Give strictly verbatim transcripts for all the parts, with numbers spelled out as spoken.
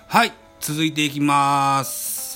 はい、続いていきます。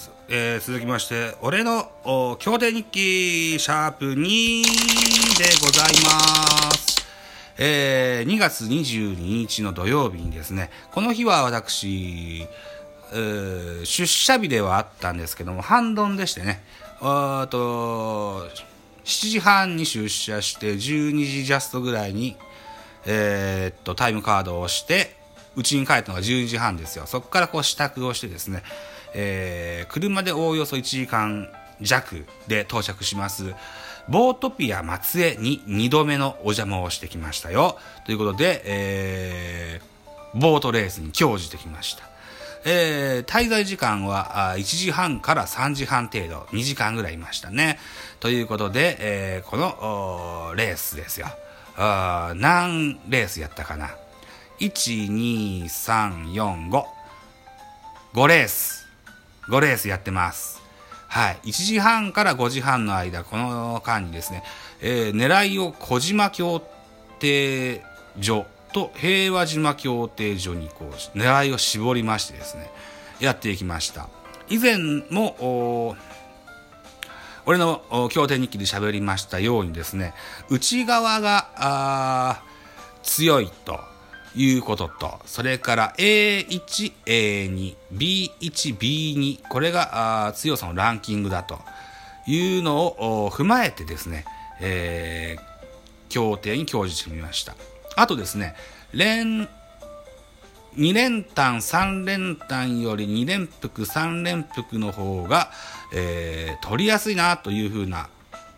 えー、続きまして俺の協定日記シャープにでございます。えー、にがつにじゅうににちの土曜日にですね、この日は私、えー、出社日ではあったんですけども、半ドンでしてね、あとしちじはんに出社してじゅうにじジャストぐらいに、えー、っとタイムカードを押して家に帰ったのがじゅうにじはんですよ。そこからこう支度をしてですね、えー、車でおおよそいちじかんじゃくで到着しますボートピア松江ににどめのお邪魔をしてきましたよということで、えー、ボートレースに興じてきました。えー、滞在時間はいちじはんからさんじはん程度、にじかんぐらいいましたね。ということで、えー、このレースですよ。あ何レースやったかな。いち、に、さん、よん、ご ごレースごレースやってます。はい、いちじはんからごじはんの間、この間にですね、えー、狙いを小島競艇所と平和島競艇所にこう狙いを絞りましてですね、やっていきました。以前も俺の競艇日記で喋りましたようにですね、内側が強いということと、それから エーいち、エーに、ビーいち、ビーに これが強さのランキングだというのを踏まえてですね、えー、競艇に興じてみました。あとですね、連に連単さん連単よりに連複さん連複の方が、えー、取りやすいなというふうな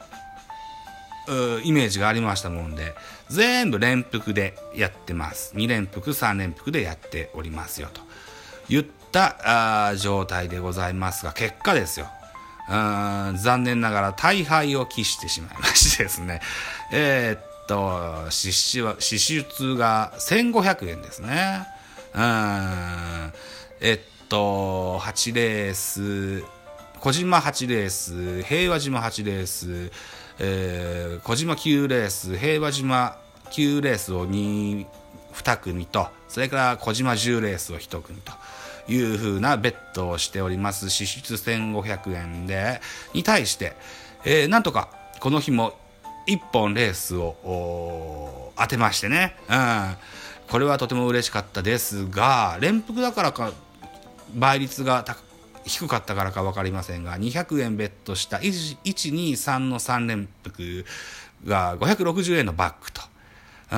イメージがありましたもんで、全部連複でやってます。に連複さん連複でやっておりますよといったあ状態でございますが、結果ですよ、うん残念ながら大敗を喫してしまいましてですね、えー、っと支出は支出がせんごひゃくえんですね。うんえっとはちレース、小島はちレース、平和島はちレース、えー、小島きゅうレース、平和島きゅうレースを 2, に組と、それから小島じゅうレースをいち組という風なベットをしております。支出せんごひゃくえんでに対して、えー、なんとかこの日もいっぽんレースを当てましてね、うん、これはとても嬉しかったですが、連複だからか倍率が高低かったからか分かりませんが、にひゃくえんベットしたいち、に、さんのさん連複がごひゃくろくじゅうえんのバックと、うん、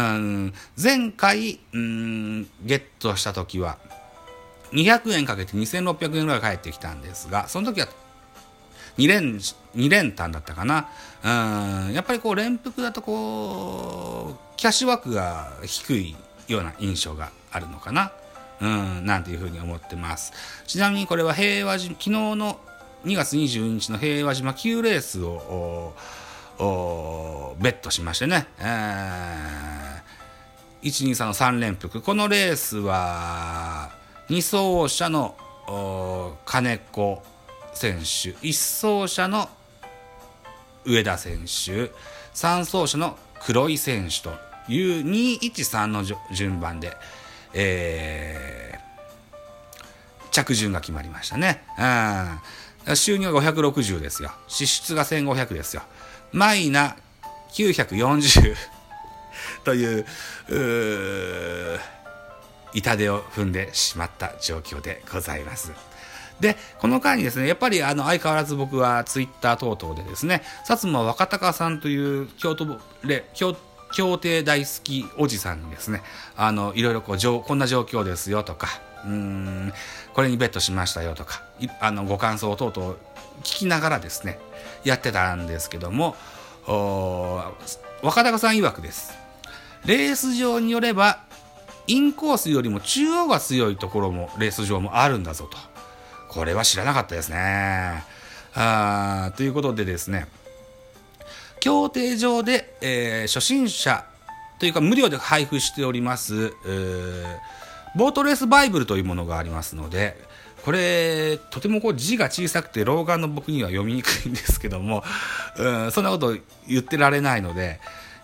前回うんゲットした時はにひゃくえんかけてにせんろっぴゃくえんぐらい返ってきたんですが、その時は2連に連単だったかな。うんやっぱりこう連複だとこうキャッシュ枠が低いような印象があるのかな、うんなんていうふうに思ってます。ちなみにこれは平和島、昨日のにがつにじゅうににちの平和島きゅうレースをベットしましてね、えー、いち、に、さんのさん連複、このレースはに走者の金子選手、いち走者の上田選手、さん走者の黒井選手というにいちさんの順番で、えー、着順が決まりましたね。うん、収入がごひゃくろくじゅうですよ。支出がせんごひゃくですよ。マイナきゅうひゃくよんじゅうという、う痛手を踏んでしまった状況でございます。でこの間にですね、やっぱりあの相変わらず僕はツイッター等々でですね、薩摩若隆さんという京都で京競艇大好きおじさんにですね、あのいろいろこうこんな状況ですよとか、うーんこれにベットしましたよとか、あのご感想等々聞きながらですねやってたんですけども、若隆さん曰くです。レース場によればインコースよりも中央が強いところもレース場もあるんだぞと。これは知らなかったですね。あということでですね、競艇場で、えー、初心者というか無料で配布しております、えー、ボートレースバイブルというものがありますので、これとてもこう字が小さくて老眼の僕には読みにくいんですけども、うんそんなこと言ってられないので、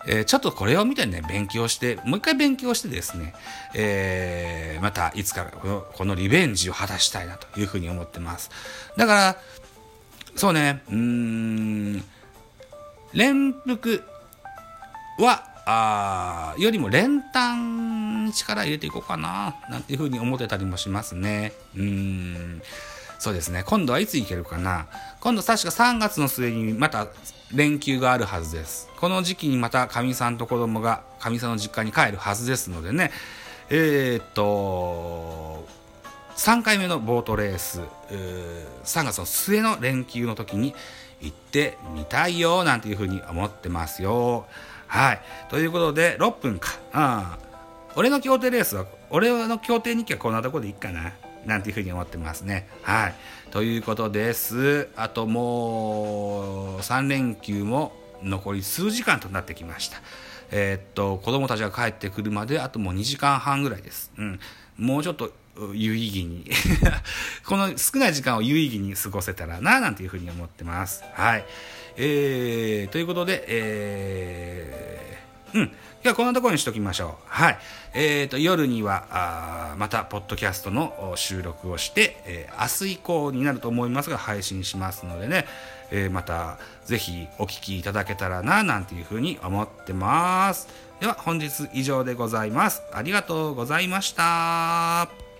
えー、ちょっとこれを見てね、勉強して、もう一回勉強してですね、えー、またいつかこの、このリベンジを果たしたいなというふうに思ってます。だから、そうね、うーん、連服は、あよりも連単に力入れていこうかな、なんていうふうに思ってたりもしますね。うーん、そうですね。今度はいつ行けるかな。今度確かさんがつの末にまた連休があるはずです。この時期にまたかみさんと子供がかみさんの実家に帰るはずですのでね。えー、っと、さんかいめのボートレース、さんがつの末の連休の時に行ってみたいよ、なんていうふうに思ってますよ。はい。ということで、ろっぷんか。あ俺の協定レースは、俺の協定日記はこんなところでいいかな。なんていうふうに思ってますね。はい。ということです。あともうさん連休も残り数時間となってきました。えー、っと子供たちが帰ってくるまであともうにじかんはんぐらいです。うん。もうちょっと有意義にこの少ない時間を有意義に過ごせたらななんていうふうに思ってます。はい。えー、ということで、えー、うん。今日はこんなところにしときましょう。はい。えーと、夜には、あまた、ポッドキャストの収録をして、えー、明日以降になると思いますが、配信しますのでね、えー、また、ぜひお聞きいただけたらな、なんていうふうに思ってます。では、本日以上でございます。ありがとうございました。